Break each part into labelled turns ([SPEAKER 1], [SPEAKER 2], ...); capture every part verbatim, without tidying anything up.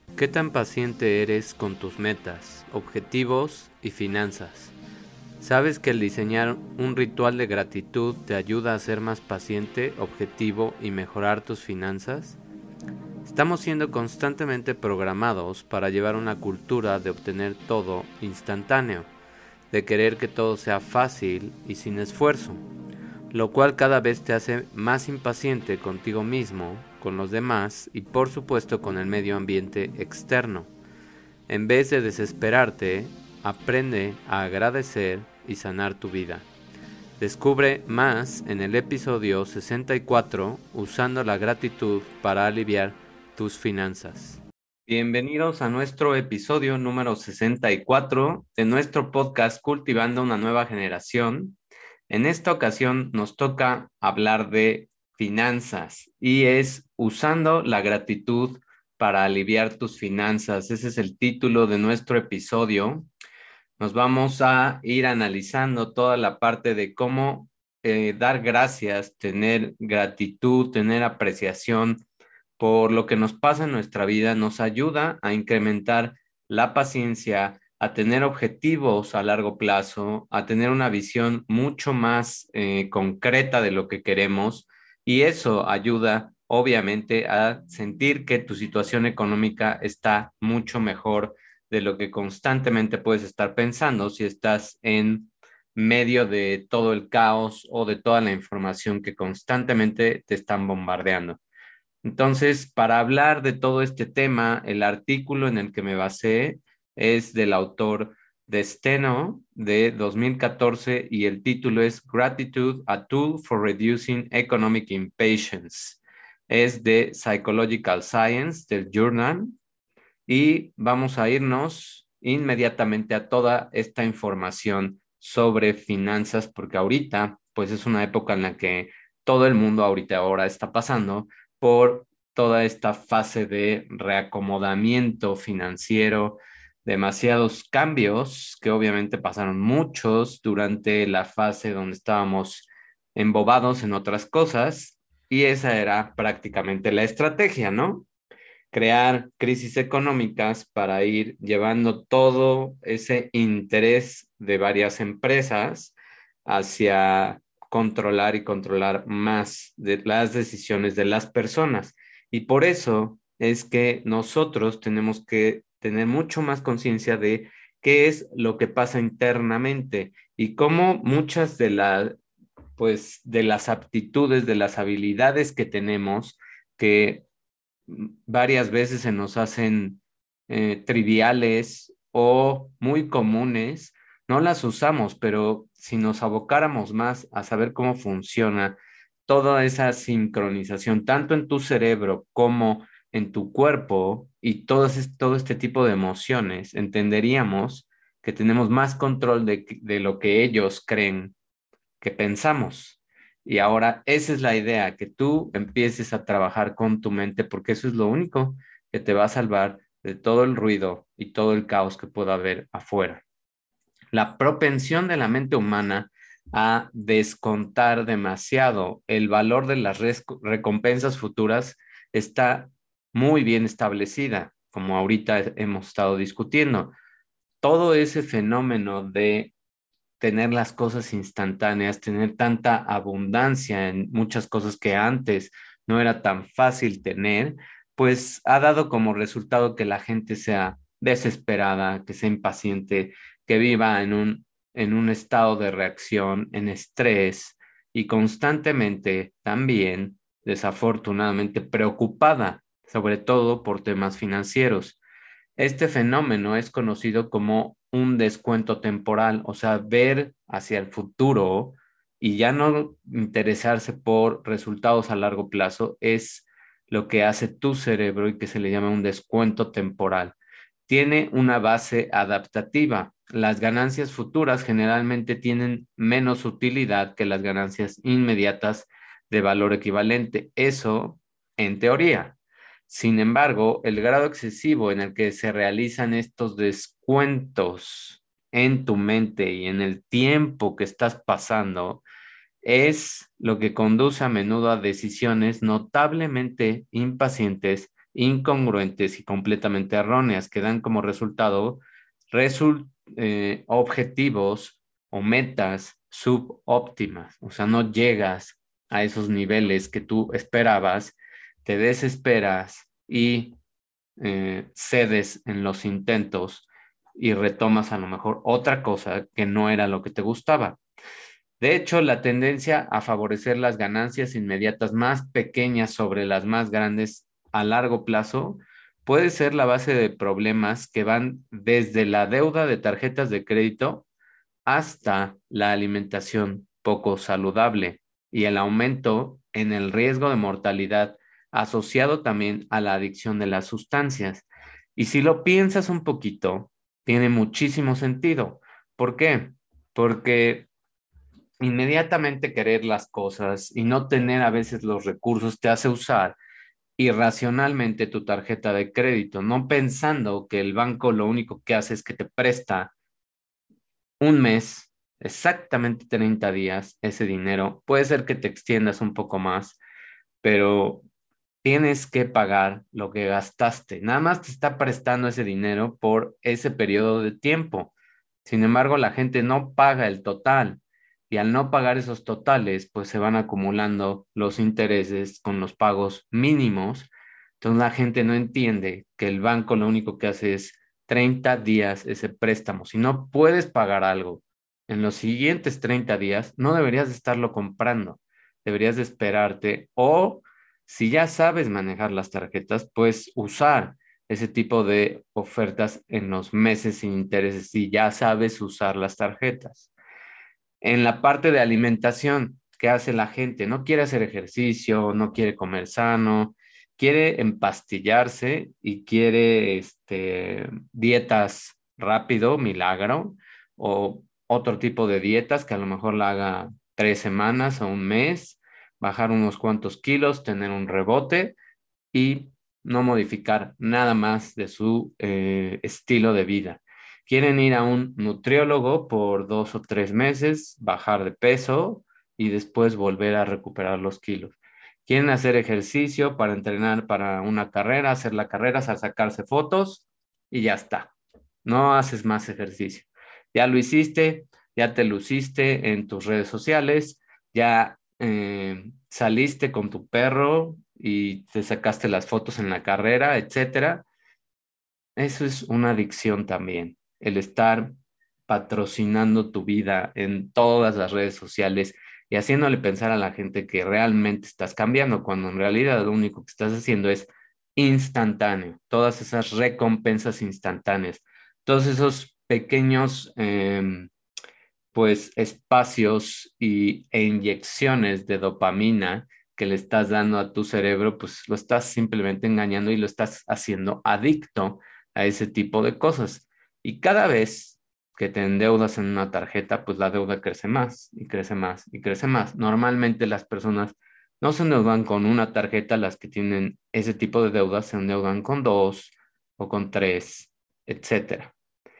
[SPEAKER 1] ¿Qué tan paciente eres con tus metas, objetivos y finanzas? ¿Sabes que el diseñar un ritual de gratitud te ayuda a ser más paciente, objetivo y mejorar tus finanzas? Estamos siendo constantemente programados para llevar una cultura de obtener todo instantáneo, de querer que todo sea fácil y sin esfuerzo, lo cual cada vez te hace más impaciente contigo mismo, con los demás y por supuesto con el medio ambiente externo. En vez de desesperarte, aprende a agradecer y sanar tu vida. Descubre más en el episodio sesenta y cuatro, usando la gratitud para aliviar tus finanzas. Bienvenidos a nuestro episodio número sesenta y cuatro de nuestro podcast Cultivando una nueva generación. En esta ocasión nos toca hablar de finanzas y es usando la gratitud para aliviar tus finanzas. Ese es el título de nuestro episodio. Nos vamos a ir analizando toda la parte de cómo eh, dar gracias, tener gratitud, tener apreciación por lo que nos pasa en nuestra vida. Nos ayuda a incrementar la paciencia, a tener objetivos a largo plazo, a tener una visión mucho más eh, concreta de lo que queremos, y eso ayuda obviamente a sentir que tu situación económica está mucho mejor de lo que constantemente puedes estar pensando si estás en medio de todo el caos o de toda la información que constantemente te están bombardeando. Entonces, para hablar de todo este tema, el artículo en el que me basé es del autor de Steno de dos mil catorce y el título es Gratitude, a Tool for Reducing Economic Impatience. Es de Psychological Science del Journal y vamos a irnos inmediatamente a toda esta información sobre finanzas porque ahorita pues es una época en la que todo el mundo ahorita ahora está pasando por toda esta fase de reacomodamiento financiero, demasiados cambios que obviamente pasaron muchos durante la fase donde estábamos embobados en otras cosas, y esa era prácticamente la estrategia, ¿no? Crear crisis económicas para ir llevando todo ese interés de varias empresas hacia controlar y controlar más de las decisiones de las personas. Y por eso es que nosotros tenemos que tener mucho más conciencia de qué es lo que pasa internamente y cómo muchas de las, pues, de las aptitudes, de las habilidades que tenemos, que varias veces se nos hacen eh, triviales o muy comunes, no las usamos, pero si nos abocáramos más a saber cómo funciona toda esa sincronización, tanto en tu cerebro como en tu cuerpo y todo, es, todo este tipo de emociones, entenderíamos que tenemos más control de, de lo que ellos creen que pensamos. Y ahora esa es la idea, que tú empieces a trabajar con tu mente, porque eso es lo único que te va a salvar de todo el ruido y todo el caos que pueda haber afuera. La propensión de la mente humana a descontar demasiado el valor de las recompensas futuras está muy bien establecida, como ahorita hemos estado discutiendo. Todo ese fenómeno de tener las cosas instantáneas, tener tanta abundancia en muchas cosas que antes no era tan fácil tener, pues ha dado como resultado que la gente sea desesperada, que sea impaciente, que viva en un, en un estado de reacción, en estrés y constantemente también, desafortunadamente, preocupada, sobre todo por temas financieros. Este fenómeno es conocido como un descuento temporal, o sea, ver hacia el futuro y ya no interesarse por resultados a largo plazo es lo que hace tu cerebro y que se le llama un descuento temporal. Tiene una base adaptativa. Las ganancias futuras generalmente tienen menos utilidad que las ganancias inmediatas de valor equivalente. Eso en teoría. Sin embargo, el grado excesivo en el que se realizan estos descuentos en tu mente y en el tiempo que estás pasando es lo que conduce a menudo a decisiones notablemente impacientes incongruentes y completamente erróneas, que dan como resultado resul- eh, objetivos o metas subóptimas. O sea, no llegas a esos niveles que tú esperabas, te desesperas y eh, cedes en los intentos y retomas a lo mejor otra cosa que no era lo que te gustaba. De hecho, la tendencia a favorecer las ganancias inmediatas más pequeñas sobre las más grandes a largo plazo puede ser la base de problemas que van desde la deuda de tarjetas de crédito hasta la alimentación poco saludable y el aumento en el riesgo de mortalidad asociado también a la adicción de las sustancias. Y si lo piensas un poquito, tiene muchísimo sentido. ¿Por qué? Porque inmediatamente querer las cosas y no tener a veces los recursos te hace usar irracionalmente tu tarjeta de crédito, no pensando que el banco lo único que hace es que te presta un mes, exactamente treinta días, ese dinero. Puede ser que te extiendas un poco más, pero tienes que pagar lo que gastaste. Nada más te está prestando ese dinero por ese periodo de tiempo. Sin embargo, la gente no paga el total y al no pagar esos totales, pues se van acumulando los intereses con los pagos mínimos. Entonces la gente no entiende que el banco lo único que hace es treinta días ese préstamo. Si no puedes pagar algo en los siguientes treinta días, no deberías de estarlo comprando. Deberías de esperarte o si ya sabes manejar las tarjetas, pues usar ese tipo de ofertas en los meses sin intereses si ya sabes usar las tarjetas. En la parte de alimentación, ¿qué hace la gente? No quiere hacer ejercicio, no quiere comer sano, quiere empastillarse y quiere este, dietas rápido, milagro, o otro tipo de dietas que a lo mejor la haga tres semanas o un mes, bajar unos cuantos kilos, tener un rebote y no modificar nada más de su eh, estilo de vida. Quieren ir a un nutriólogo por dos o tres meses, bajar de peso y después volver a recuperar los kilos. Quieren hacer ejercicio para entrenar para una carrera, hacer la carrera, sacarse fotos y ya está. No haces más ejercicio. Ya lo hiciste, ya te luciste en tus redes sociales, ya eh, saliste con tu perro y te sacaste las fotos en la carrera, etcétera. Eso es una adicción también, el estar patrocinando tu vida en todas las redes sociales y haciéndole pensar a la gente que realmente estás cambiando, cuando en realidad lo único que estás haciendo es instantáneo, todas esas recompensas instantáneas, todos esos pequeños eh, pues espacios y, e inyecciones de dopamina que le estás dando a tu cerebro, pues lo estás simplemente engañando y lo estás haciendo adicto a ese tipo de cosas. Y cada vez que te endeudas en una tarjeta, pues la deuda crece más y crece más y crece más. Normalmente las personas no se endeudan con una tarjeta, las que tienen ese tipo de deudas se endeudan con dos o con tres, etcétera.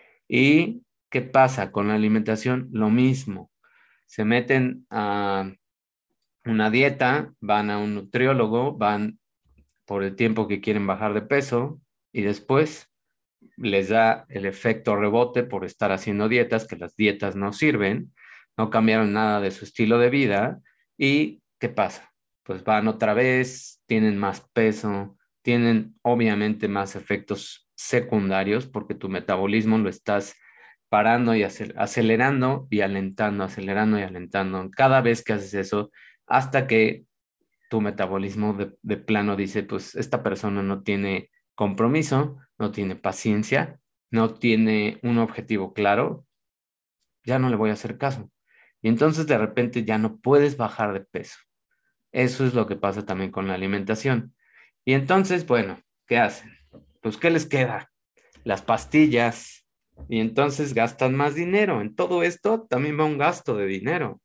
[SPEAKER 1] ¿Y qué pasa con la alimentación? Lo mismo. Se meten a una dieta, van a un nutriólogo, van por el tiempo que quieren bajar de peso y después les da el efecto rebote por estar haciendo dietas, que las dietas no sirven, no cambiaron nada de su estilo de vida. ¿Y qué pasa? Pues van otra vez, tienen más peso, tienen obviamente más efectos secundarios porque tu metabolismo lo estás parando y acelerando y alentando, acelerando y alentando. Cada vez que haces eso, hasta que tu metabolismo de, de plano dice, pues esta persona no tiene compromiso, no tiene paciencia, no tiene un objetivo claro, ya no le voy a hacer caso. Y entonces de repente ya no puedes bajar de peso. Eso es lo que pasa también con la alimentación. Y entonces, bueno, ¿qué hacen? Pues, ¿qué les queda? Las pastillas. Y entonces gastan más dinero. En todo esto también va un gasto de dinero.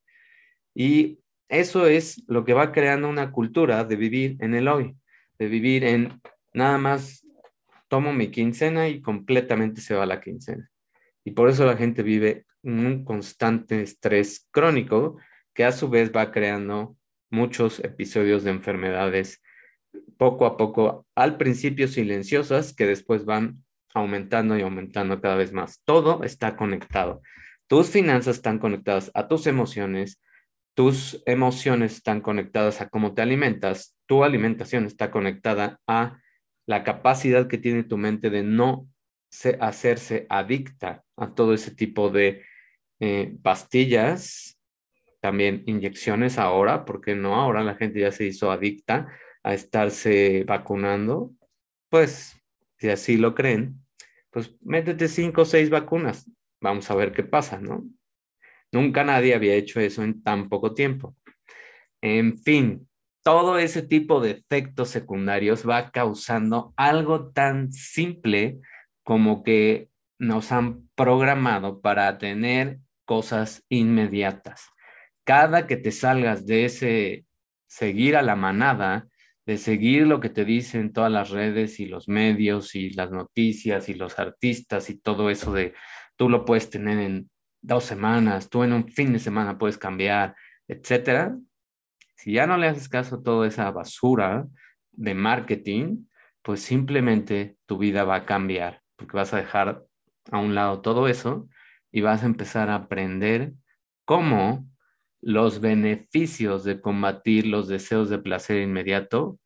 [SPEAKER 1] Y eso es lo que va creando una cultura de vivir en el hoy, de vivir en nada más tomo mi quincena y completamente se va la quincena. Y por eso la gente vive en un constante estrés crónico que a su vez va creando muchos episodios de enfermedades poco a poco, al principio silenciosas, que después van aumentando y aumentando cada vez más. Todo está conectado. Tus finanzas están conectadas a tus emociones, tus emociones están conectadas a cómo te alimentas, tu alimentación está conectada a la capacidad que tiene tu mente de no se- hacerse adicta a todo ese tipo de eh, pastillas, también inyecciones ahora, porque no, ahora la gente ya se hizo adicta a estarse vacunando. Pues, si así lo creen, pues métete cinco o seis vacunas. Vamos a ver qué pasa, ¿no? Nunca nadie había hecho eso en tan poco tiempo. En fin, todo ese tipo de efectos secundarios va causando algo tan simple como que nos han programado para tener cosas inmediatas. Cada que te salgas de ese seguir a la manada, de seguir lo que te dicen todas las redes y los medios y las noticias y los artistas y todo eso de tú lo puedes tener en dos semanas, tú en un fin de semana puedes cambiar, etcétera. Si ya no le haces caso a toda esa basura de marketing, pues simplemente tu vida va a cambiar, porque vas a dejar a un lado todo eso y vas a empezar a aprender cómo los beneficios de combatir los deseos de placer inmediato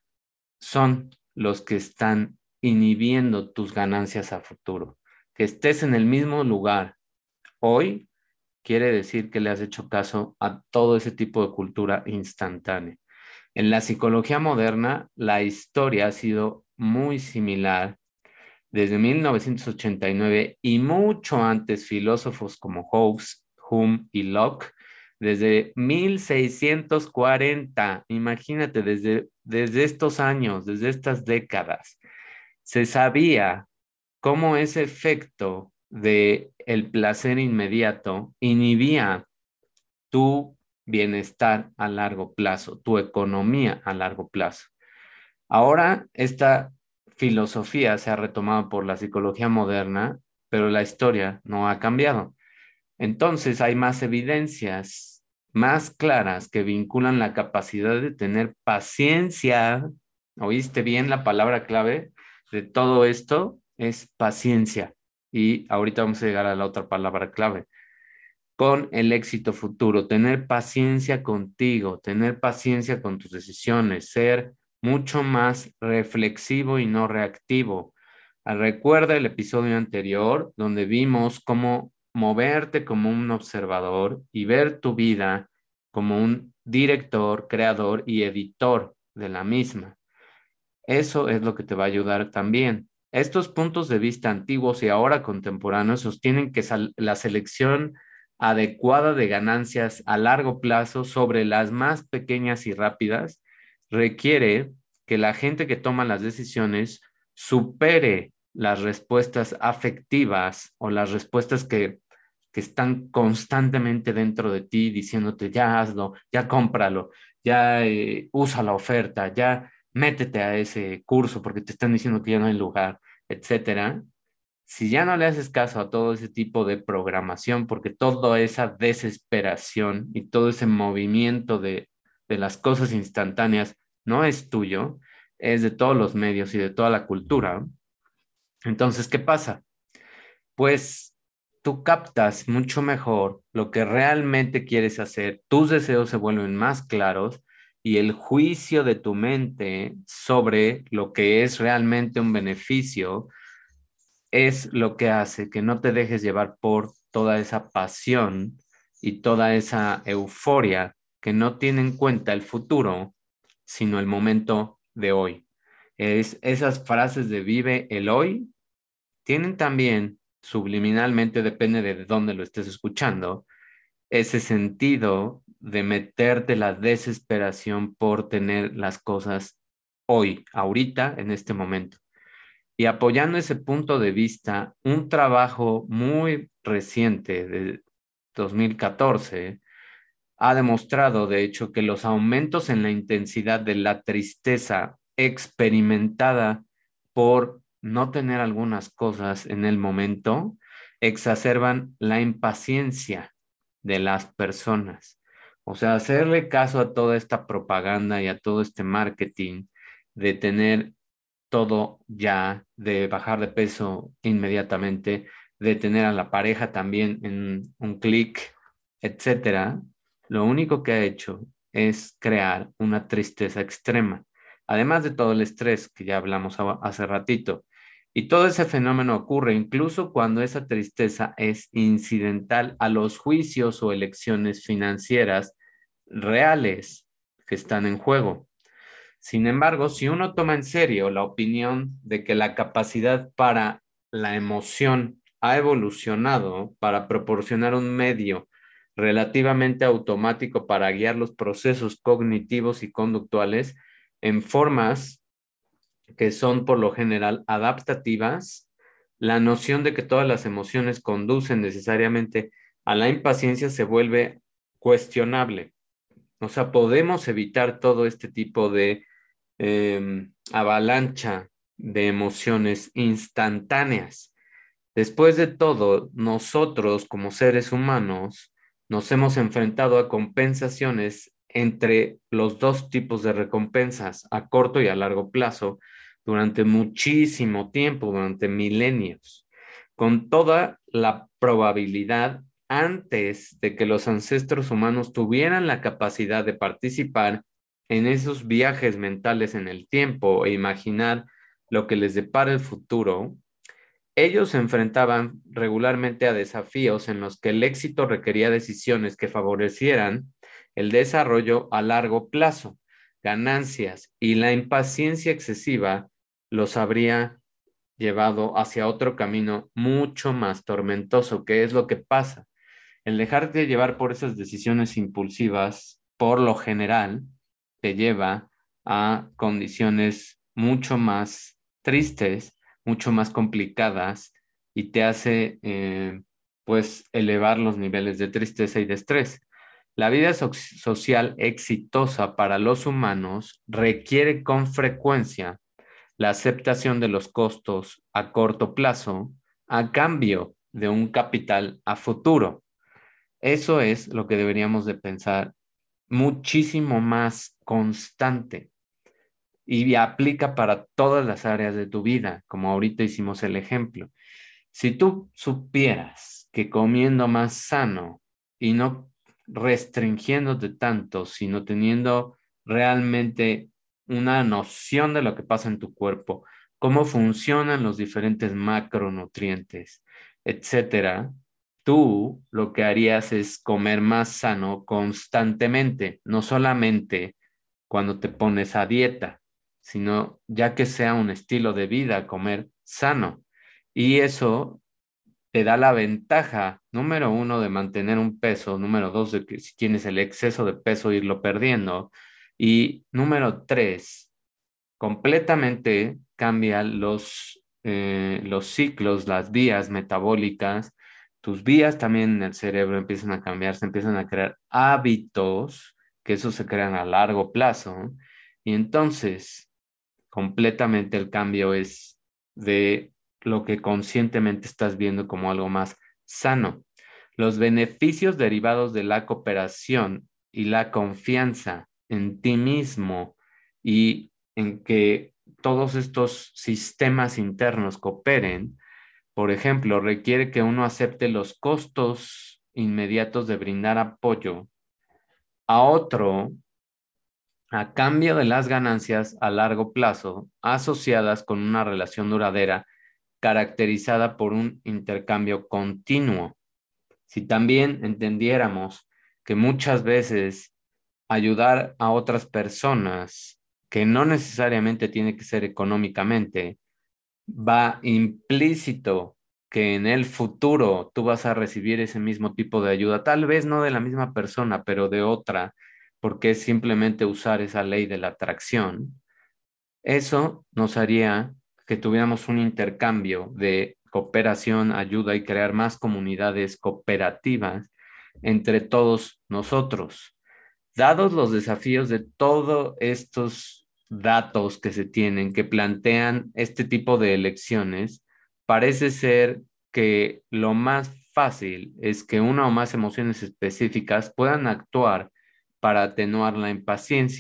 [SPEAKER 1] son los que están inhibiendo tus ganancias a futuro. Que estés en el mismo lugar hoy quiere decir que le has hecho caso a todo ese tipo de cultura instantánea. En la psicología moderna, la historia ha sido muy similar. Desde mil novecientos ochenta y nueve y mucho antes, filósofos como Hobbes, Hume y Locke, desde mil seiscientos cuarenta, imagínate, desde, desde estos años, desde estas décadas, se sabía cómo ese efecto de el placer inmediato inhibía tu bienestar a largo plazo, tu economía a largo plazo. Ahora esta filosofía se ha retomado por la psicología moderna, pero la historia no ha cambiado. Entonces hay más evidencias más claras que vinculan la capacidad de tener paciencia. ¿Oíste bien la palabra clave de todo esto? Es paciencia. Y ahorita vamos a llegar a la otra palabra clave con el éxito futuro, tener paciencia contigo, tener paciencia con tus decisiones, ser mucho más reflexivo y no reactivo. Ah, recuerda el episodio anterior donde vimos cómo moverte como un observador y ver tu vida como un director, creador y editor de la misma. Eso es lo que te va a ayudar también. Estos puntos de vista antiguos y ahora contemporáneos sostienen que la selección adecuada de ganancias a largo plazo sobre las más pequeñas y rápidas requiere que la gente que toma las decisiones supere las respuestas afectivas o las respuestas que, que están constantemente dentro de ti diciéndote ya hazlo, ya cómpralo, ya eh, usa la oferta, ya métete a ese curso porque te están diciendo que ya no hay lugar, etcétera. Si ya no le haces caso a todo ese tipo de programación, porque toda esa desesperación y todo ese movimiento de, de las cosas instantáneas no es tuyo, es de todos los medios y de toda la cultura. Entonces, ¿qué pasa? Pues tú captas mucho mejor lo que realmente quieres hacer, tus deseos se vuelven más claros y el juicio de tu mente sobre lo que es realmente un beneficio es lo que hace que no te dejes llevar por toda esa pasión y toda esa euforia que no tiene en cuenta el futuro, sino el momento de hoy. Es esas frases de vive el hoy tienen también, subliminalmente, depende de dónde lo estés escuchando, ese sentido de meterte la desesperación por tener las cosas hoy, ahorita, en este momento. Y apoyando ese punto de vista, un trabajo muy reciente de dos mil catorce ha demostrado, de hecho, que los aumentos en la intensidad de la tristeza experimentada por no tener algunas cosas en el momento exacerban la impaciencia de las personas. O sea, hacerle caso a toda esta propaganda y a todo este marketing de tener todo ya, de bajar de peso inmediatamente, de tener a la pareja también en un clic, etcétera, lo único que ha hecho es crear una tristeza extrema, además de todo el estrés que ya hablamos a- hace ratito. Y todo ese fenómeno ocurre incluso cuando esa tristeza es incidental a los juicios o elecciones financieras reales que están en juego. Sin embargo, si uno toma en serio la opinión de que la capacidad para la emoción ha evolucionado para proporcionar un medio relativamente automático para guiar los procesos cognitivos y conductuales en formas que son por lo general adaptativas, la noción de que todas las emociones conducen necesariamente a la impaciencia se vuelve cuestionable. O sea, podemos evitar todo este tipo de eh, avalancha de emociones instantáneas. Después de todo, nosotros como seres humanos nos hemos enfrentado a compensaciones entre los dos tipos de recompensas, a corto y a largo plazo, durante muchísimo tiempo, durante milenios, con toda la probabilidad antes de que los ancestros humanos tuvieran la capacidad de participar en esos viajes mentales en el tiempo e imaginar lo que les depara el futuro. Ellos se enfrentaban regularmente a desafíos en los que el éxito requería decisiones que favorecieran el desarrollo a largo plazo, ganancias, y la impaciencia excesiva los habría llevado hacia otro camino mucho más tormentoso, que es lo que pasa. El dejarte llevar por esas decisiones impulsivas, por lo general, te lleva a condiciones mucho más tristes, mucho más complicadas y te hace, eh, pues, elevar los niveles de tristeza y de estrés. La vida so- social exitosa para los humanos requiere con frecuencia la aceptación de los costos a corto plazo a cambio de un capital a futuro. Eso es lo que deberíamos de pensar muchísimo más constante y aplica para todas las áreas de tu vida, como ahorita hicimos el ejemplo. Si tú supieras que comiendo más sano y no restringiéndote tanto, sino teniendo realmente una noción de lo que pasa en tu cuerpo, cómo funcionan los diferentes macronutrientes, etcétera, tú lo que harías es comer más sano constantemente, no solamente cuando te pones a dieta, sino ya que sea un estilo de vida, comer sano. Y eso te da la ventaja, número uno, de mantener un peso, número dos, de que si tienes el exceso de peso, irlo perdiendo. Y número tres, completamente cambia los, eh, los ciclos, las vías metabólicas. Tus vías también en el cerebro empiezan a cambiar, se empiezan a crear hábitos, que eso se crean a largo plazo. Y entonces completamente el cambio es de lo que conscientemente estás viendo como algo más sano. Los beneficios derivados de la cooperación y la confianza en ti mismo y en que todos estos sistemas internos cooperen, por ejemplo, requiere que uno acepte los costos inmediatos de brindar apoyo a otro a cambio de las ganancias a largo plazo asociadas con una relación duradera caracterizada por un intercambio continuo. Si también entendiéramos que muchas veces ayudar a otras personas, que no necesariamente tiene que ser económicamente, va implícito que en el futuro tú vas a recibir ese mismo tipo de ayuda, tal vez no de la misma persona, pero de otra, porque es simplemente usar esa ley de la atracción. Eso nos haría que tuviéramos un intercambio de cooperación, ayuda y crear más comunidades cooperativas entre todos nosotros. Dados los desafíos de todos estos datos que se tienen, que plantean este tipo de elecciones, parece ser que lo más fácil es que una o más emociones específicas puedan actuar para atenuar la impaciencia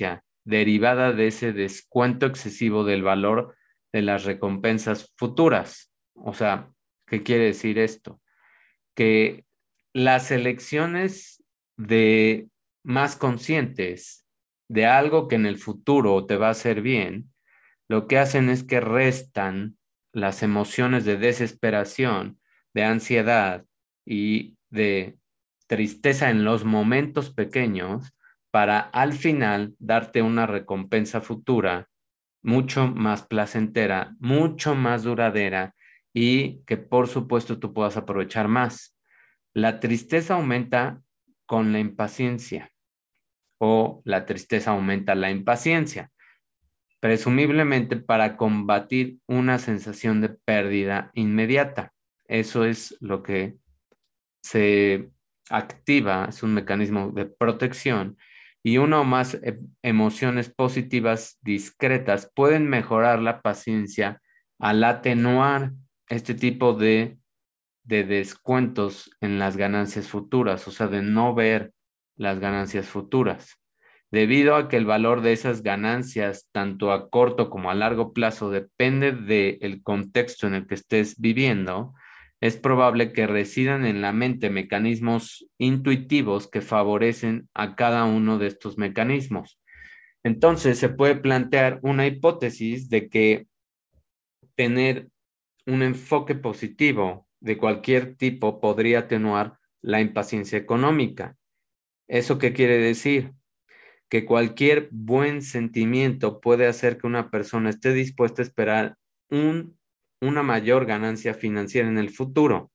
[SPEAKER 1] derivada de ese descuento excesivo del valor de las recompensas futuras. O sea, ¿qué quiere decir esto? Que las elecciones de más conscientes de algo que en el futuro te va a hacer bien, lo que hacen es que restan las emociones de desesperación, de ansiedad y de tristeza en los momentos pequeños para al final darte una recompensa futura mucho más placentera, mucho más duradera y que por supuesto tú puedas aprovechar más. La tristeza aumenta con la impaciencia o la tristeza aumenta la impaciencia, presumiblemente para combatir una sensación de pérdida inmediata. Eso es lo que se activa, es un mecanismo de protección y una o más e- emociones positivas discretas pueden mejorar la paciencia al atenuar este tipo de, de descuentos en las ganancias futuras, o sea, de no ver las ganancias futuras. Debido a que el valor de esas ganancias, tanto a corto como a largo plazo, depende del contexto en el que estés viviendo, es probable que residan en la mente mecanismos intuitivos que favorecen a cada uno de estos mecanismos. Entonces, se puede plantear una hipótesis de que tener un enfoque positivo de cualquier tipo podría atenuar la impaciencia económica. ¿Eso qué quiere decir? Que cualquier buen sentimiento puede hacer que una persona esté dispuesta a esperar un, una mayor ganancia financiera en el futuro.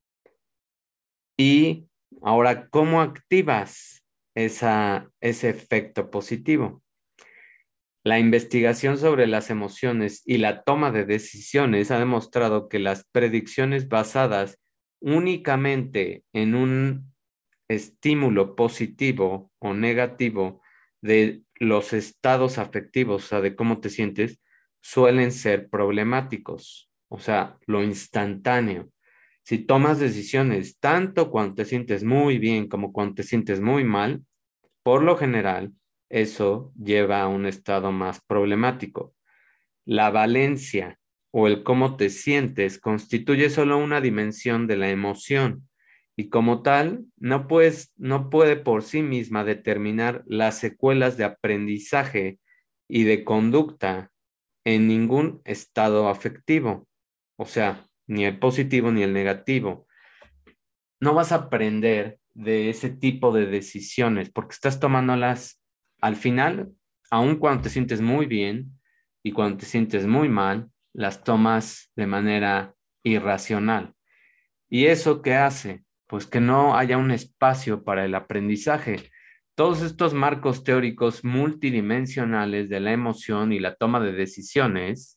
[SPEAKER 1] Y ahora, ¿cómo activas esa, ese efecto positivo? La investigación sobre las emociones y la toma de decisiones ha demostrado que las predicciones basadas únicamente en un estímulo positivo o negativo de los estados afectivos, o sea, de cómo te sientes, suelen ser problemáticos. O sea, lo instantáneo. Si tomas decisiones tanto cuando te sientes muy bien como cuando te sientes muy mal, por lo general, eso lleva a un estado más problemático. La valencia o el cómo te sientes constituye solo una dimensión de la emoción y como tal no puedes, no puede por sí misma determinar las secuelas de aprendizaje y de conducta en ningún estado afectivo, o sea, ni el positivo ni el negativo. No vas a aprender de ese tipo de decisiones porque estás tomándolas al final, aun cuando te sientes muy bien y cuando te sientes muy mal, las tomas de manera irracional. ¿Y eso qué hace? Pues que no haya un espacio para el aprendizaje. Todos estos marcos teóricos multidimensionales de la emoción y la toma de decisiones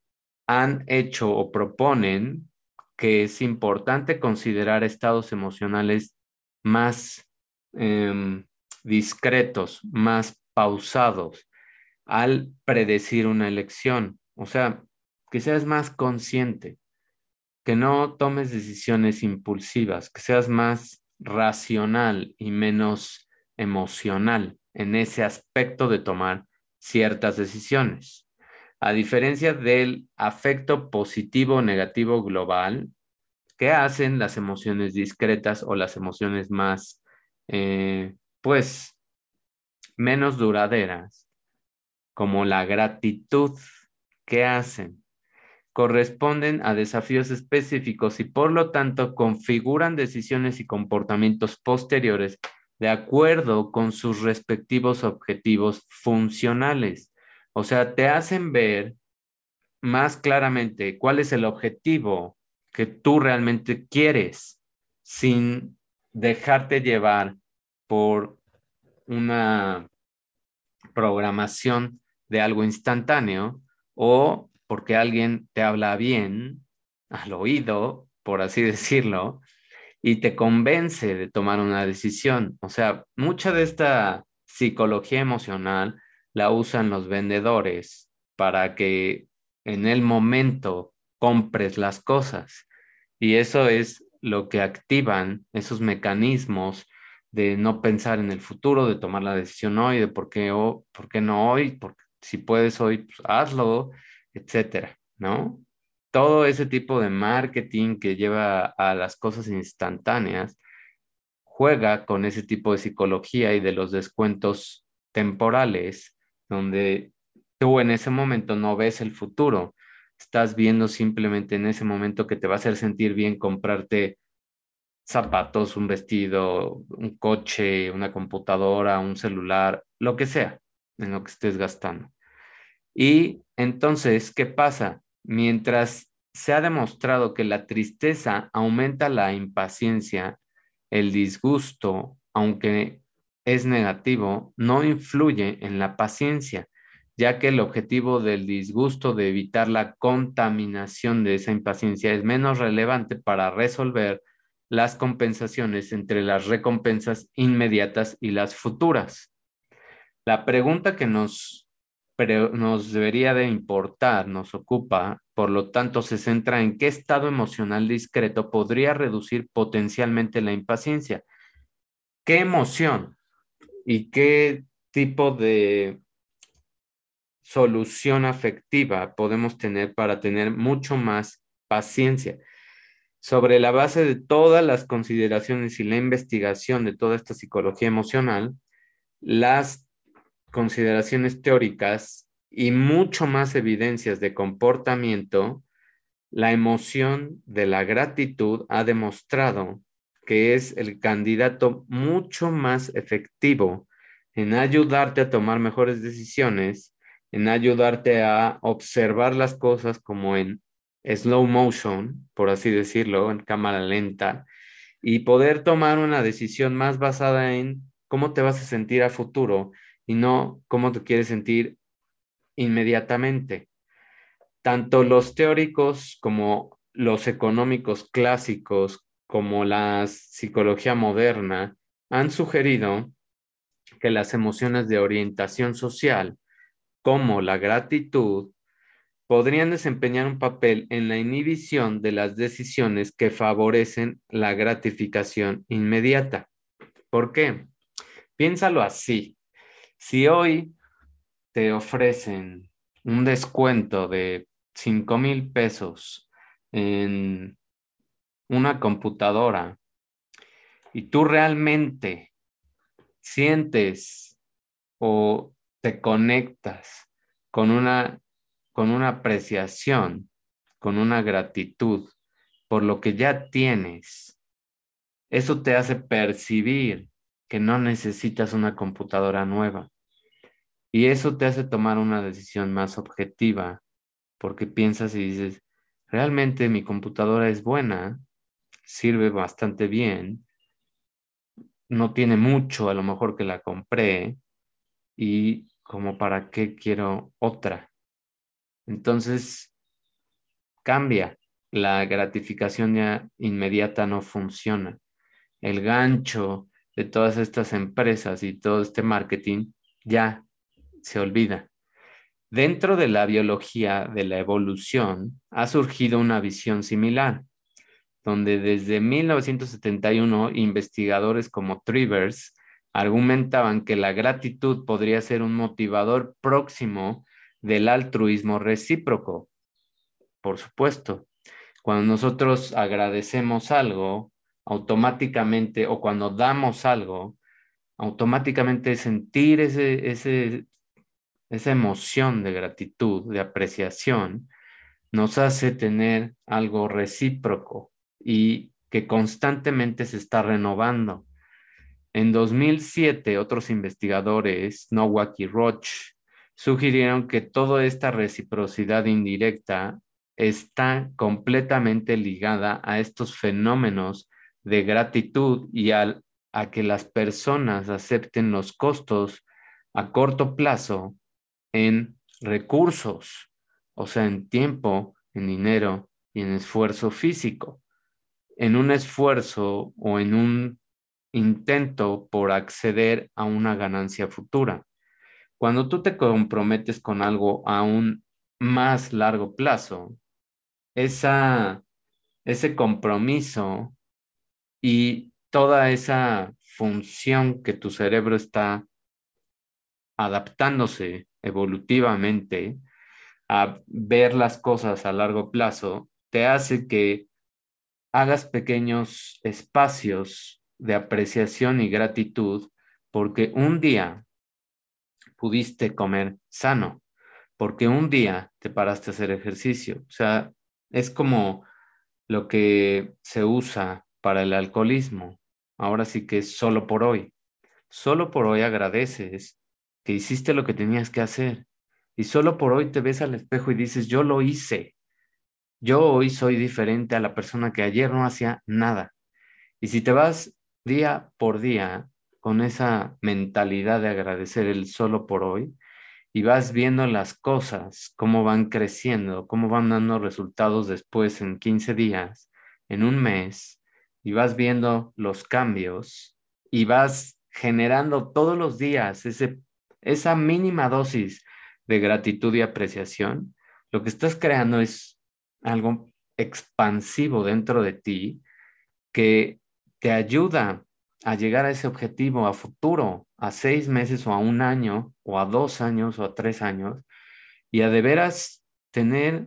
[SPEAKER 1] han hecho o proponen que es importante considerar estados emocionales más eh, discretos, más pausados al predecir una elección. O sea, que seas más consciente, que no tomes decisiones impulsivas, que seas más racional y menos emocional en ese aspecto de tomar ciertas decisiones. A diferencia del afecto positivo o negativo global, ¿qué hacen las emociones discretas o las emociones más, eh, pues, menos duraderas, como la gratitud? ¿Qué hacen? Corresponden a desafíos específicos y por lo tanto configuran decisiones y comportamientos posteriores de acuerdo con sus respectivos objetivos funcionales. O sea, te hacen ver más claramente cuál es el objetivo que tú realmente quieres sin dejarte llevar por una programación de algo instantáneo o porque alguien te habla bien al oído, por así decirlo, y te convence de tomar una decisión. O sea, mucha de esta psicología emocional la usan los vendedores para que en el momento compres las cosas. Y eso es lo que activan esos mecanismos de no pensar en el futuro, de tomar la decisión hoy, de por qué, o, por qué no hoy, porque si puedes hoy, pues hazlo, etcétera, ¿no? Todo ese tipo de marketing que lleva a las cosas instantáneas juega con ese tipo de psicología y de los descuentos temporales, donde tú en ese momento no ves el futuro, estás viendo simplemente en ese momento que te va a hacer sentir bien comprarte zapatos, un vestido, un coche, una computadora, un celular, lo que sea, en lo que estés gastando. Y entonces, ¿qué pasa? Mientras se ha demostrado que la tristeza aumenta la impaciencia, el disgusto, aunque es negativo, no influye en la paciencia, ya que el objetivo del disgusto de evitar la contaminación de esa impaciencia es menos relevante para resolver las compensaciones entre las recompensas inmediatas y las futuras. La pregunta que nos, pre- nos debería de importar, nos ocupa, por lo tanto, se centra en qué estado emocional discreto podría reducir potencialmente la impaciencia. ¿Qué emoción y qué tipo de solución afectiva podemos tener para tener mucho más paciencia? Sobre la base de todas las consideraciones y la investigación de toda esta psicología emocional, las consideraciones teóricas y mucho más evidencias de comportamiento, la emoción de la gratitud ha demostrado que es el candidato mucho más efectivo en ayudarte a tomar mejores decisiones, en ayudarte a observar las cosas como en slow motion, por así decirlo, en cámara lenta, y poder tomar una decisión más basada en cómo te vas a sentir a futuro y no cómo te quieres sentir inmediatamente. Tanto los teóricos como los económicos clásicos, como la psicología moderna, han sugerido que las emociones de orientación social, como la gratitud, podrían desempeñar un papel en la inhibición de las decisiones que favorecen la gratificación inmediata. ¿Por qué? Piénsalo así. Si hoy te ofrecen un descuento de cinco mil pesos en una computadora y tú realmente sientes o te conectas con una, con una apreciación, con una gratitud por lo que ya tienes, eso te hace percibir que no necesitas una computadora nueva. Y eso te hace tomar una decisión más objetiva, porque piensas y dices, realmente mi computadora es buena, sirve bastante bien, no tiene mucho a lo mejor que la compré y como para qué quiero otra. Entonces cambia, la gratificación ya inmediata no funciona. El gancho de todas estas empresas y todo este marketing ya se olvida. Dentro de la biología de la evolución ha surgido una visión similar, donde desde mil novecientos setenta y uno investigadores como Trivers argumentaban que la gratitud podría ser un motivador próximo del altruismo recíproco. Por supuesto, cuando nosotros agradecemos algo, automáticamente, o cuando damos algo, automáticamente sentir ese, ese, esa emoción de gratitud, de apreciación, nos hace tener algo recíproco y que constantemente se está renovando. En dos mil siete, otros investigadores, Nowak y Roch, sugirieron que toda esta reciprocidad indirecta está completamente ligada a estos fenómenos de gratitud y al, a que las personas acepten los costos a corto plazo en recursos, o sea, en tiempo, en dinero y en esfuerzo físico, en un esfuerzo o en un intento por acceder a una ganancia futura. Cuando tú te comprometes con algo a un más largo plazo, esa, ese compromiso y toda esa función que tu cerebro está adaptándose evolutivamente a ver las cosas a largo plazo, te hace que hagas pequeños espacios de apreciación y gratitud porque un día pudiste comer sano, porque un día te paraste a hacer ejercicio. O sea, es como lo que se usa para el alcoholismo. Ahora sí que es solo por hoy. Solo por hoy agradeces que hiciste lo que tenías que hacer. Y solo por hoy te ves al espejo y dices, yo lo hice. Yo hoy soy diferente a la persona que ayer no hacía nada. Y si te vas día por día con esa mentalidad de agradecer el solo por hoy y vas viendo las cosas, cómo van creciendo, cómo van dando resultados después en quince días, en un mes, y vas viendo los cambios y vas generando todos los días ese, esa mínima dosis de gratitud y apreciación, lo que estás creando es algo expansivo dentro de ti que te ayuda a llegar a ese objetivo a futuro, a seis meses o a un año o a dos años o a tres años, y a de veras tener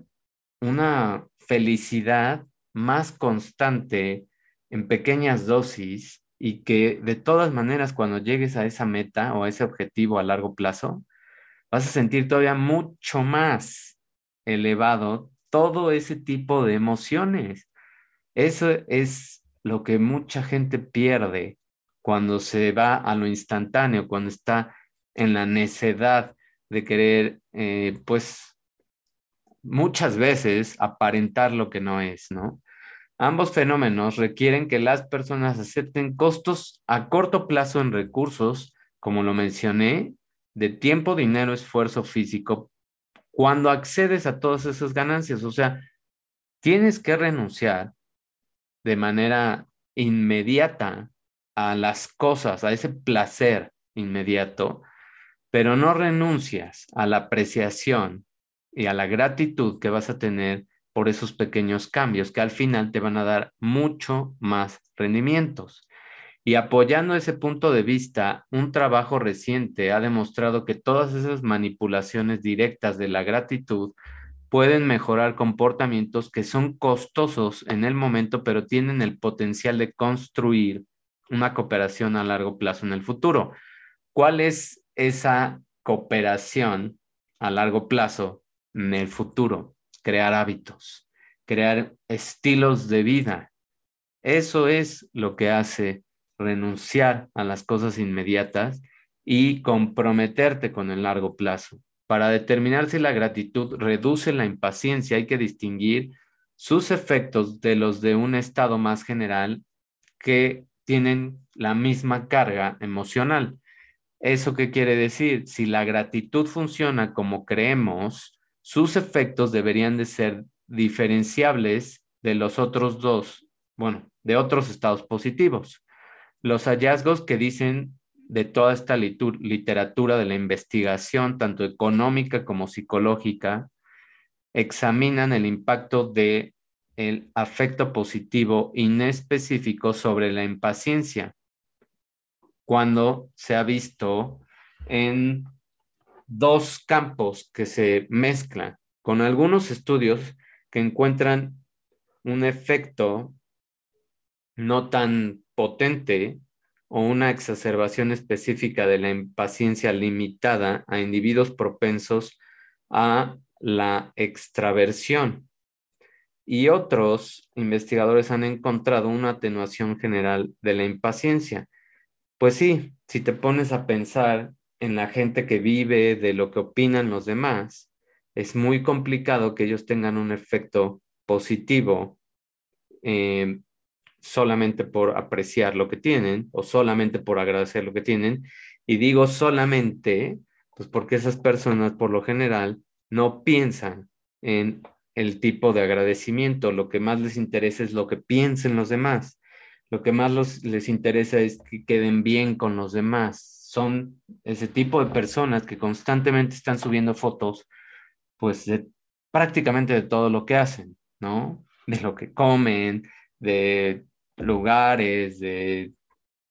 [SPEAKER 1] una felicidad más constante en pequeñas dosis y que de todas maneras cuando llegues a esa meta o a ese objetivo a largo plazo, vas a sentir todavía mucho más elevado todo ese tipo de emociones. Eso es lo que mucha gente pierde cuando se va a lo instantáneo, cuando está en la necedad de querer, eh, pues muchas veces aparentar lo que no es, ¿no? Ambos fenómenos requieren que las personas acepten costos a corto plazo en recursos, como lo mencioné, de tiempo, dinero, esfuerzo físico, cuando accedes a todas esas ganancias. O sea, tienes que renunciar de manera inmediata a las cosas, a ese placer inmediato, pero no renuncias a la apreciación y a la gratitud que vas a tener por esos pequeños cambios que al final te van a dar mucho más rendimientos. Y apoyando ese punto de vista, un trabajo reciente ha demostrado que todas esas manipulaciones directas de la gratitud pueden mejorar comportamientos que son costosos en el momento, pero tienen el potencial de construir una cooperación a largo plazo en el futuro. ¿Cuál es esa cooperación a largo plazo en el futuro? Crear hábitos, crear estilos de vida. Eso es lo que hace renunciar a las cosas inmediatas y comprometerte con el largo plazo. Para determinar si la gratitud reduce la impaciencia, hay que distinguir sus efectos de los de un estado más general que tienen la misma carga emocional. ¿Eso qué quiere decir? Si la gratitud funciona como creemos, sus efectos deberían de ser diferenciables de los otros dos, bueno, de otros estados positivos. Los hallazgos que dicen de toda esta litur- literatura de la investigación, tanto económica como psicológica, examinan el impacto de el afecto positivo inespecífico sobre la impaciencia cuando se ha visto en dos campos que se mezclan, con algunos estudios que encuentran un efecto no tan potente o una exacerbación específica de la impaciencia limitada a individuos propensos a la extraversión. Y otros investigadores han encontrado una atenuación general de la impaciencia. Pues sí, si te pones a pensar en la gente que vive, de lo que opinan los demás, es muy complicado que ellos tengan un efecto positivo eh, solamente por apreciar lo que tienen o solamente por agradecer lo que tienen. Y digo solamente, pues porque esas personas por lo general no piensan en el tipo de agradecimiento. Lo que más les interesa es lo que piensen los demás. Lo que más los, les interesa es que queden bien con los demás. Son ese tipo de personas que constantemente están subiendo fotos, pues de prácticamente de todo lo que hacen, ¿no? De lo que comen, de lugares, de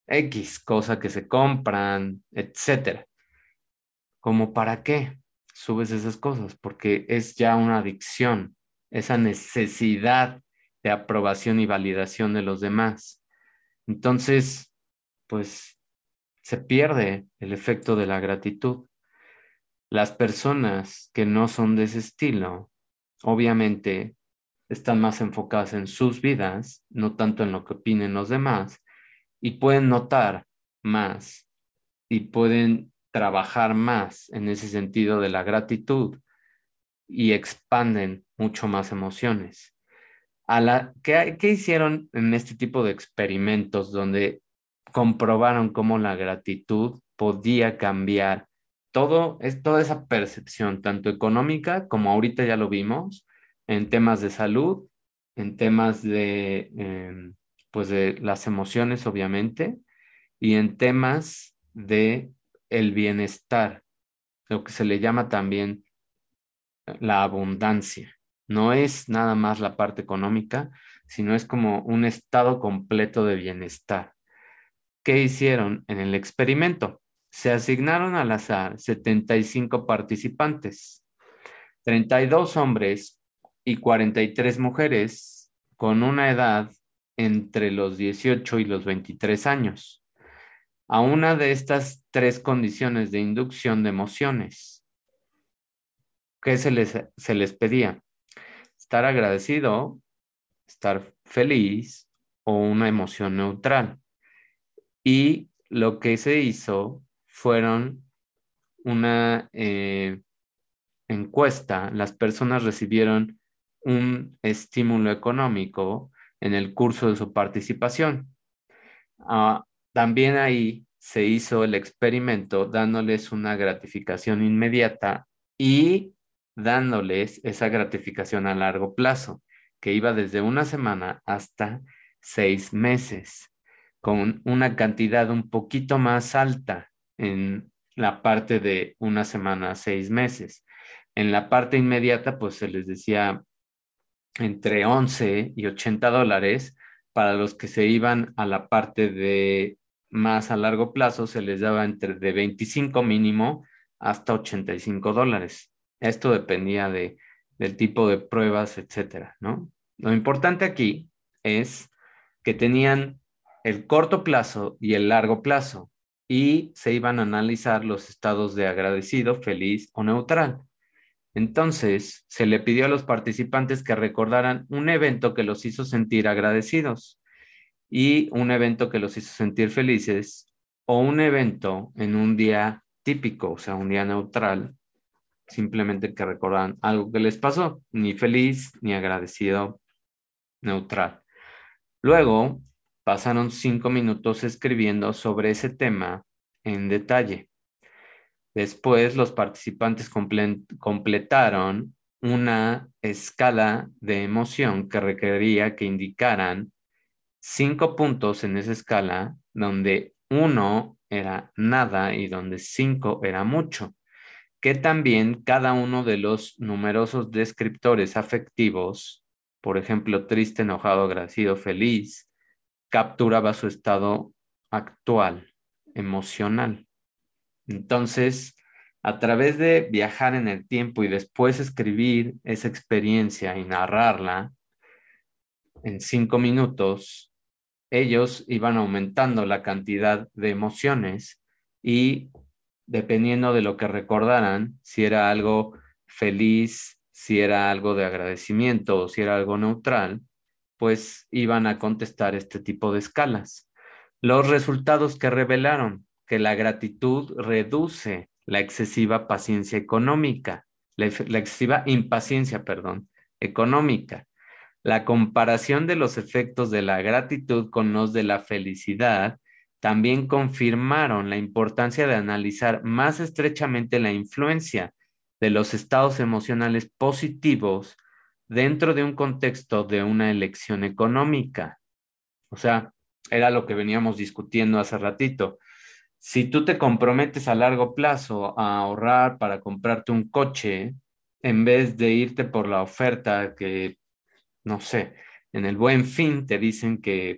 [SPEAKER 1] X cosa que se compran, etcétera. ¿Cómo para qué subes esas cosas? Porque es ya una adicción, esa necesidad de aprobación y validación de los demás. Entonces, pues se pierde el efecto de la gratitud. Las personas que no son de ese estilo, obviamente, están más enfocadas en sus vidas, no tanto en lo que opinen los demás, y pueden notar más y pueden trabajar más en ese sentido de la gratitud y expanden mucho más emociones. A la, ¿qué, qué hicieron en este tipo de experimentos donde comprobaron cómo la gratitud podía cambiar todo, es toda esa percepción, tanto económica como ahorita ya lo vimos, en temas de salud, en temas de, eh, pues de las emociones, obviamente, y en temas de el bienestar, lo que se le llama también la abundancia? No es nada más la parte económica, sino es como un estado completo de bienestar. ¿Qué hicieron en el experimento? Se asignaron al azar setenta y cinco participantes, treinta y dos hombres y cuarenta y tres mujeres con una edad entre los dieciocho y los veintitrés años, a una de estas tres condiciones de inducción de emociones. ¿Qué se les, se les pedía? Estar agradecido, estar feliz o una emoción neutral. Y lo que se hizo fueron una eh, encuesta. Las personas recibieron un estímulo económico en el curso de su participación. Ah, también ahí se hizo el experimento dándoles una gratificación inmediata y dándoles esa gratificación a largo plazo, que iba desde una semana hasta seis meses, con una cantidad un poquito más alta en la parte de una semana a seis meses. En la parte inmediata, pues se les decía entre once y ochenta dólares. Para los que se iban a la parte de más a largo plazo, se les daba entre de veinticinco mínimo hasta ochenta y cinco dólares. Esto dependía de, del tipo de pruebas, etcétera, ¿no? Lo importante aquí es que tenían el corto plazo y el largo plazo y se iban a analizar los estados de agradecido, feliz o neutral. Entonces, se le pidió a los participantes que recordaran un evento que los hizo sentir agradecidos y un evento que los hizo sentir felices o un evento en un día típico, o sea, un día neutral, simplemente que recordaran algo que les pasó, ni feliz ni agradecido, neutral. Luego, pasaron cinco minutos escribiendo sobre ese tema en detalle. Después, los participantes comple- completaron una escala de emoción que requería que indicaran cinco puntos en esa escala, donde uno era nada y donde cinco era mucho, que también cada uno de los numerosos descriptores afectivos, por ejemplo, triste, enojado, agradecido, feliz, capturaba su estado actual, emocional. Entonces, a través de viajar en el tiempo y después escribir esa experiencia y narrarla en cinco minutos, ellos iban aumentando la cantidad de emociones y dependiendo de lo que recordaran, si era algo feliz, si era algo de agradecimiento o si era algo neutral, pues iban a contestar este tipo de escalas. Los resultados que revelaron que la gratitud reduce la excesiva paciencia económica, la, la excesiva impaciencia, perdón, económica. La comparación de los efectos de la gratitud con los de la felicidad también confirmaron la importancia de analizar más estrechamente la influencia de los estados emocionales positivos dentro de un contexto de una elección económica. O sea, era lo que veníamos discutiendo hace ratito. Si tú te comprometes a largo plazo a ahorrar para comprarte un coche, en vez de irte por la oferta que, no sé, en el Buen Fin te dicen que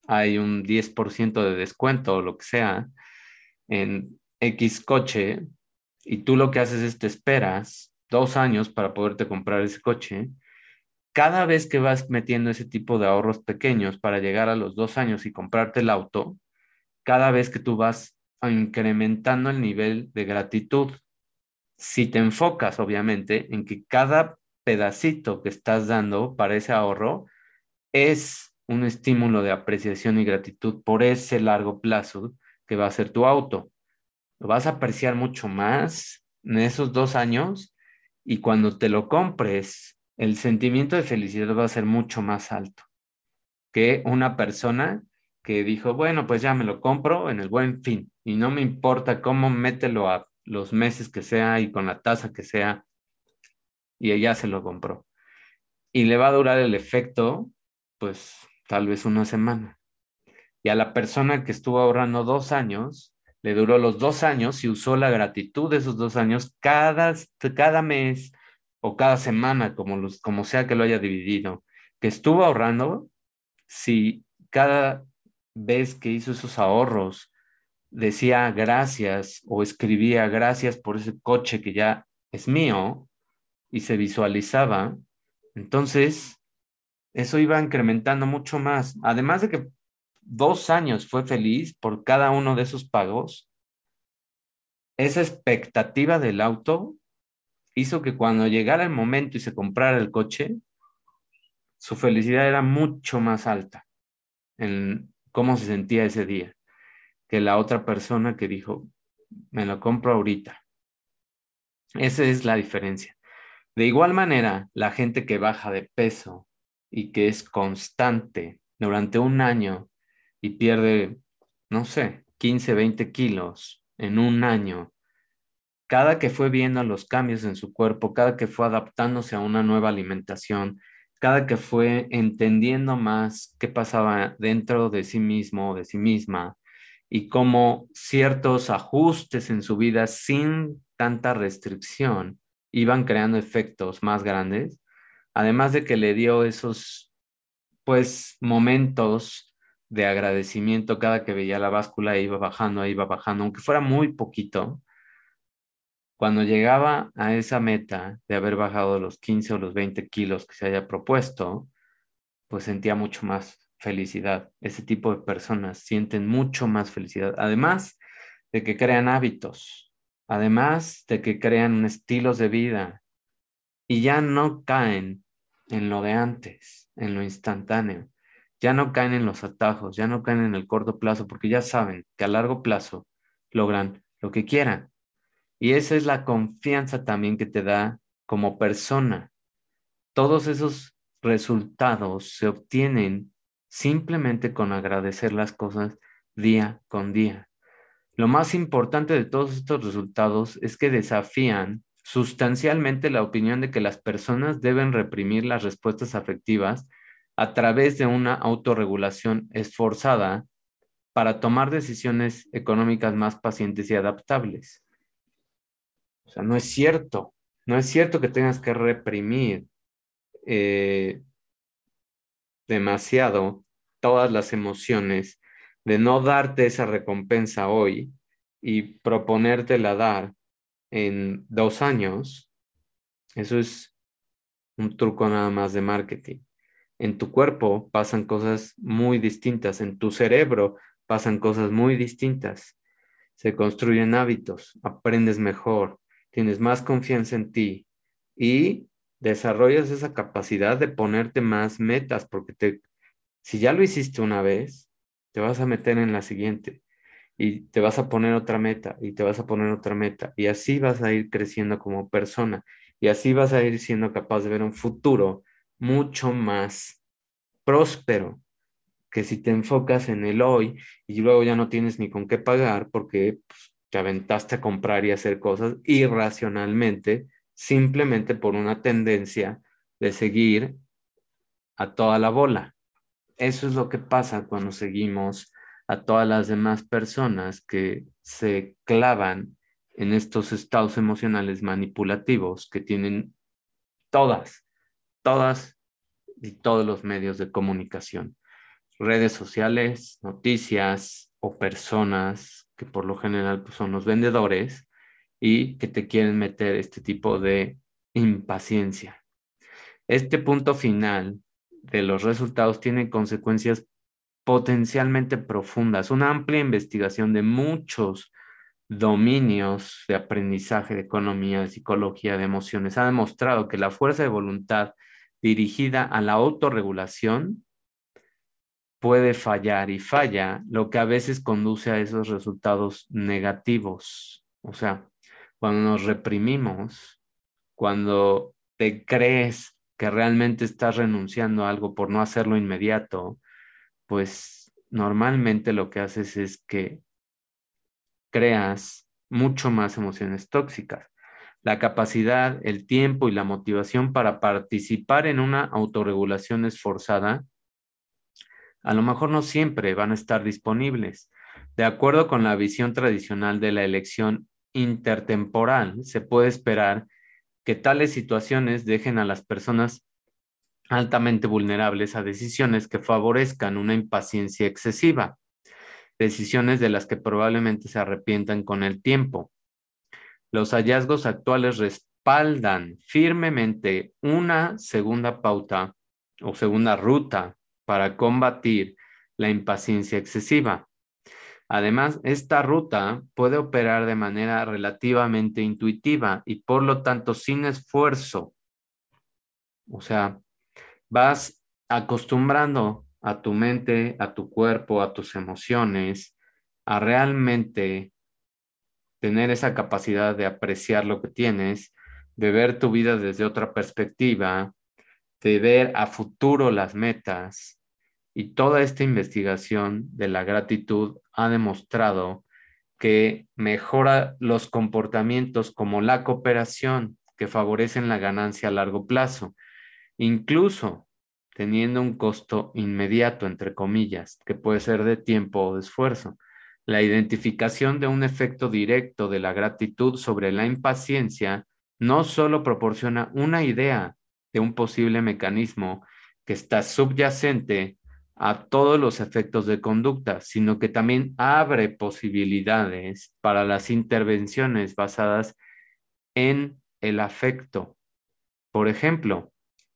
[SPEAKER 1] hay un diez por ciento de descuento o lo que sea en X coche y tú lo que haces es te esperas dos años para poderte comprar ese coche. Cada vez que vas metiendo ese tipo de ahorros pequeños para llegar a los dos años y comprarte el auto, cada vez que tú vas incrementando el nivel de gratitud, si te enfocas, obviamente, en que cada pedacito que estás dando para ese ahorro es un estímulo de apreciación y gratitud por ese largo plazo que va a ser tu auto. Lo vas a apreciar mucho más en esos dos años y cuando te lo compres, el sentimiento de felicidad va a ser mucho más alto que una persona que dijo, bueno, pues ya me lo compro en el Buen Fin y no me importa cómo mételo a los meses que sea y con la tasa que sea y ella se lo compró. Y le va a durar el efecto, pues tal vez una semana. Y a la persona que estuvo ahorrando dos años, le duró los dos años y usó la gratitud de esos dos años cada, cada mes o cada semana, como, los, como sea que lo haya dividido, que estuvo ahorrando, si cada vez que hizo esos ahorros decía gracias o escribía gracias por ese coche que ya es mío y se visualizaba, entonces eso iba incrementando mucho más. Además de que dos años fue feliz por cada uno de esos pagos, esa expectativa del auto hizo que cuando llegara el momento y se comprara el coche, su felicidad era mucho más alta en cómo se sentía ese día que la otra persona que dijo, me lo compro ahorita. Esa es la diferencia. De igual manera, la gente que baja de peso y que es constante durante un año y pierde, no sé, quince, veinte kilos en un año, cada que fue viendo los cambios en su cuerpo, cada que fue adaptándose a una nueva alimentación, cada que fue entendiendo más qué pasaba dentro de sí mismo o de sí misma y cómo ciertos ajustes en su vida sin tanta restricción iban creando efectos más grandes, además de que le dio esos, pues, momentos de agradecimiento cada que veía la báscula e iba bajando, e iba bajando, aunque fuera muy poquito. Cuando llegaba a esa meta de haber bajado los quince o los veinte kilos que se haya propuesto, pues sentía mucho más felicidad. Ese tipo de personas sienten mucho más felicidad. Además de que crean hábitos, además de que crean estilos de vida y ya no caen en lo de antes, en lo instantáneo. Ya no caen en los atajos, ya no caen en el corto plazo, porque ya saben que a largo plazo logran lo que quieran. Y esa es la confianza también que te da como persona. Todos esos resultados se obtienen simplemente con agradecer las cosas día con día. Lo más importante de todos estos resultados es que desafían sustancialmente la opinión de que las personas deben reprimir las respuestas afectivas a través de una autorregulación esforzada para tomar decisiones económicas más pacientes y adaptables. O sea, no es cierto, no es cierto que tengas que reprimir eh, demasiado todas las emociones, de no darte esa recompensa hoy y proponértela dar en dos años. Eso es un truco nada más de marketing. En tu cuerpo pasan cosas muy distintas, en tu cerebro pasan cosas muy distintas. Se construyen hábitos, aprendes mejor, tienes más confianza en ti y desarrollas esa capacidad de ponerte más metas, porque te, si ya lo hiciste una vez, te vas a meter en la siguiente y te vas a poner otra meta y te vas a poner otra meta y así vas a ir creciendo como persona y así vas a ir siendo capaz de ver un futuro mucho más próspero que si te enfocas en el hoy y luego ya no tienes ni con qué pagar porque pues, te aventaste a comprar y hacer cosas irracionalmente, simplemente por una tendencia de seguir a toda la bola. Eso es lo que pasa cuando seguimos a todas las demás personas que se clavan en estos estados emocionales manipulativos que tienen todas, todas y todos los medios de comunicación. redes sociales, noticias o personas que por lo general pues, son los vendedores y que te quieren meter este tipo de impaciencia. Este punto final de los resultados tiene consecuencias potencialmente profundas. Una amplia investigación de muchos dominios de aprendizaje, de economía, de psicología, de emociones ha demostrado que la fuerza de voluntad dirigida a la autorregulación puede fallar y falla, lo que a veces conduce a esos resultados negativos. O sea, cuando nos reprimimos, cuando te crees que realmente estás renunciando a algo por no hacerlo inmediato, pues normalmente lo que haces es que creas mucho más emociones tóxicas. La capacidad, el tiempo y la motivación para participar en una autorregulación esforzada a lo mejor no siempre van a estar disponibles. De acuerdo con la visión tradicional de la elección intertemporal, se puede esperar que tales situaciones dejen a las personas altamente vulnerables a decisiones que favorezcan una impaciencia excesiva, decisiones de las que probablemente se arrepientan con el tiempo. Los hallazgos actuales respaldan firmemente una segunda pauta o segunda ruta para combatir la impaciencia excesiva. Además, esta ruta puede operar de manera relativamente intuitiva y por lo tanto sin esfuerzo. O sea, vas acostumbrando a tu mente, a tu cuerpo, a tus emociones, a realmente tener esa capacidad de apreciar lo que tienes, de ver tu vida desde otra perspectiva, de ver a futuro las metas. Y toda esta investigación de la gratitud ha demostrado que mejora los comportamientos como la cooperación, que favorecen la ganancia a largo plazo, incluso teniendo un costo inmediato, entre comillas, que puede ser de tiempo o de esfuerzo. La identificación de un efecto directo de la gratitud sobre la impaciencia no solo proporciona una idea de un posible mecanismo que está subyacente a todos los efectos de conducta, sino que también abre posibilidades para las intervenciones basadas en el afecto. Por ejemplo,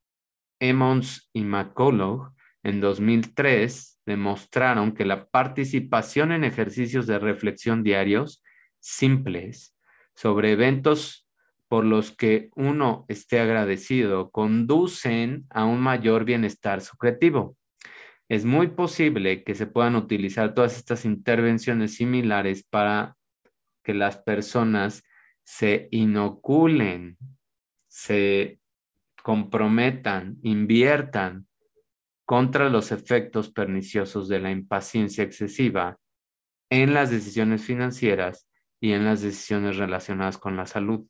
[SPEAKER 1] Emmons y McCullough en dos mil tres demostraron que la participación en ejercicios de reflexión diarios simples sobre eventos por los que uno esté agradecido conducen a un mayor bienestar subjetivo. Es muy posible que se puedan utilizar todas estas intervenciones similares para que las personas se inoculen, se comprometan, inviertan contra los efectos perniciosos de la impaciencia excesiva en las decisiones financieras y en las decisiones relacionadas con la salud,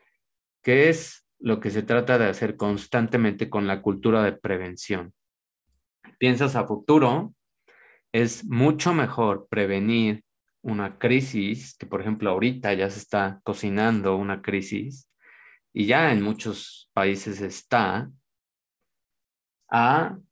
[SPEAKER 1] que es lo que se trata de hacer constantemente con la cultura de prevención. Piensas a futuro, es mucho mejor prevenir una crisis, que por ejemplo ahorita ya se está cocinando una crisis y ya en muchos países está, a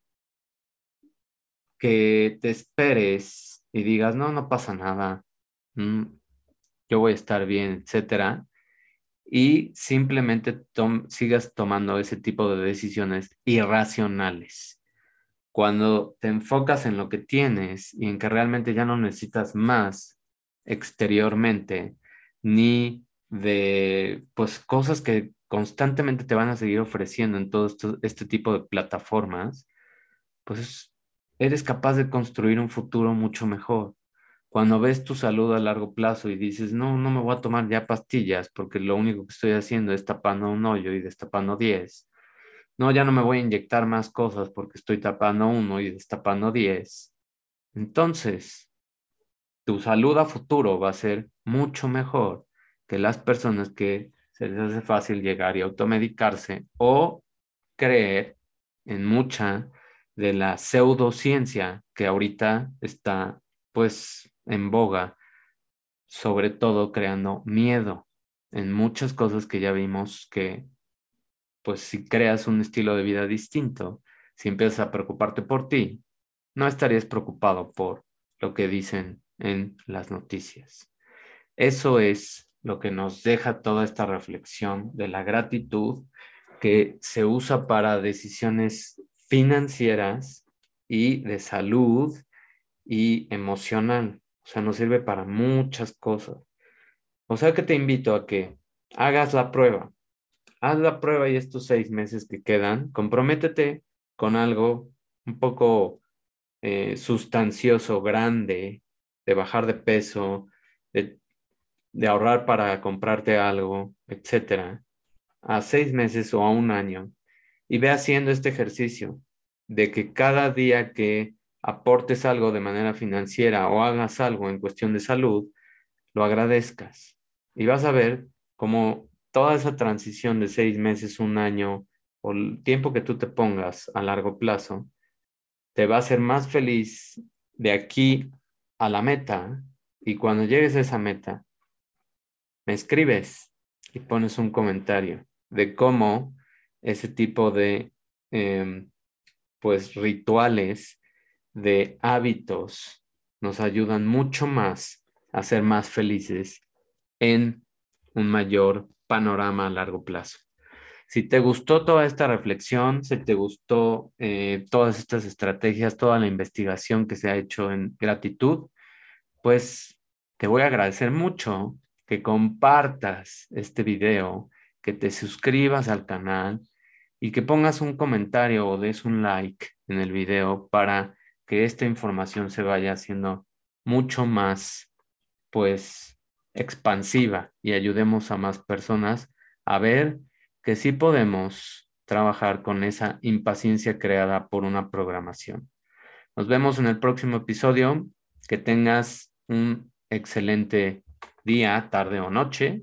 [SPEAKER 1] que te esperes y digas, no, no pasa nada, mm, yo voy a estar bien, etcétera, y simplemente tom sigas tomando ese tipo de decisiones irracionales. Cuando te enfocas en lo que tienes y en que realmente ya no necesitas más exteriormente, ni de pues cosas que constantemente te van a seguir ofreciendo en todo esto, este tipo de plataformas, pues eres capaz de construir un futuro mucho mejor. Cuando ves tu salud a largo plazo y dices, no, no me voy a tomar ya pastillas porque lo único que estoy haciendo es tapando un hoyo y destapando diez. No, ya no me voy a inyectar más cosas porque estoy tapando uno y destapando diez. Entonces, tu salud a futuro va a ser mucho mejor que las personas que se les hace fácil llegar y automedicarse o creer en mucha de la pseudociencia que ahorita está pues en boga, sobre todo creando miedo en muchas cosas que ya vimos que pues si creas un estilo de vida distinto, si empiezas a preocuparte por ti, no estarías preocupado por lo que dicen en las noticias. Eso es lo que nos deja toda esta reflexión de la gratitud que se usa para decisiones financieras y de salud y emocional. O sea, nos sirve para muchas cosas. O sea que te invito a que hagas la prueba. Haz la prueba y estos seis meses que quedan, comprométete con algo un poco eh, sustancioso, grande, de bajar de peso, de, de ahorrar para comprarte algo, etcétera, a seis meses o a un año. Y ve haciendo este ejercicio de que cada día que aportes algo de manera financiera o hagas algo en cuestión de salud, lo agradezcas. Y vas a ver cómo toda esa transición de seis meses, un año o el tiempo que tú te pongas a largo plazo, te va a hacer más feliz de aquí a la meta. Y cuando llegues a esa meta, me escribes y pones un comentario de cómo ese tipo de eh, pues rituales, de hábitos, nos ayudan mucho más a ser más felices en un mayor panorama a largo plazo. Si te gustó toda esta reflexión, si te gustó eh, todas estas estrategias, toda la investigación que se ha hecho en gratitud, pues te voy a agradecer mucho que compartas este video, que te suscribas al canal y que pongas un comentario o des un like en el video para que esta información se vaya haciendo mucho más, pues, expansiva y ayudemos a más personas a ver que sí podemos trabajar con esa impaciencia creada por una programación. Nos vemos en el próximo episodio. Que tengas un excelente día, tarde o noche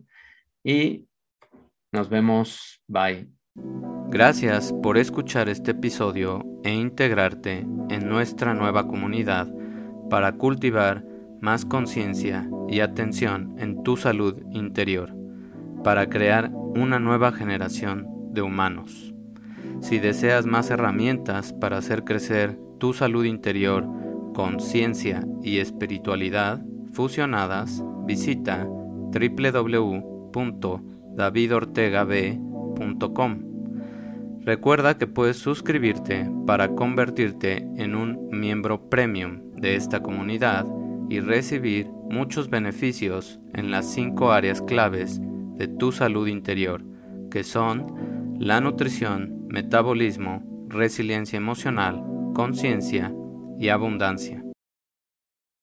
[SPEAKER 1] y nos vemos. Bye. Gracias por escuchar este episodio e integrarte en nuestra nueva comunidad para cultivar más conciencia y atención en tu salud interior, para crear una nueva generación de humanos. Si deseas más herramientas para hacer crecer tu salud interior, conciencia y espiritualidad fusionadas, visita doble u doble u doble u punto david ortega b punto com. Recuerda que puedes suscribirte para convertirte en un miembro premium de esta comunidad y recibir muchos beneficios en las cinco áreas claves de tu salud interior, que son la nutrición, metabolismo, resiliencia emocional, conciencia y abundancia.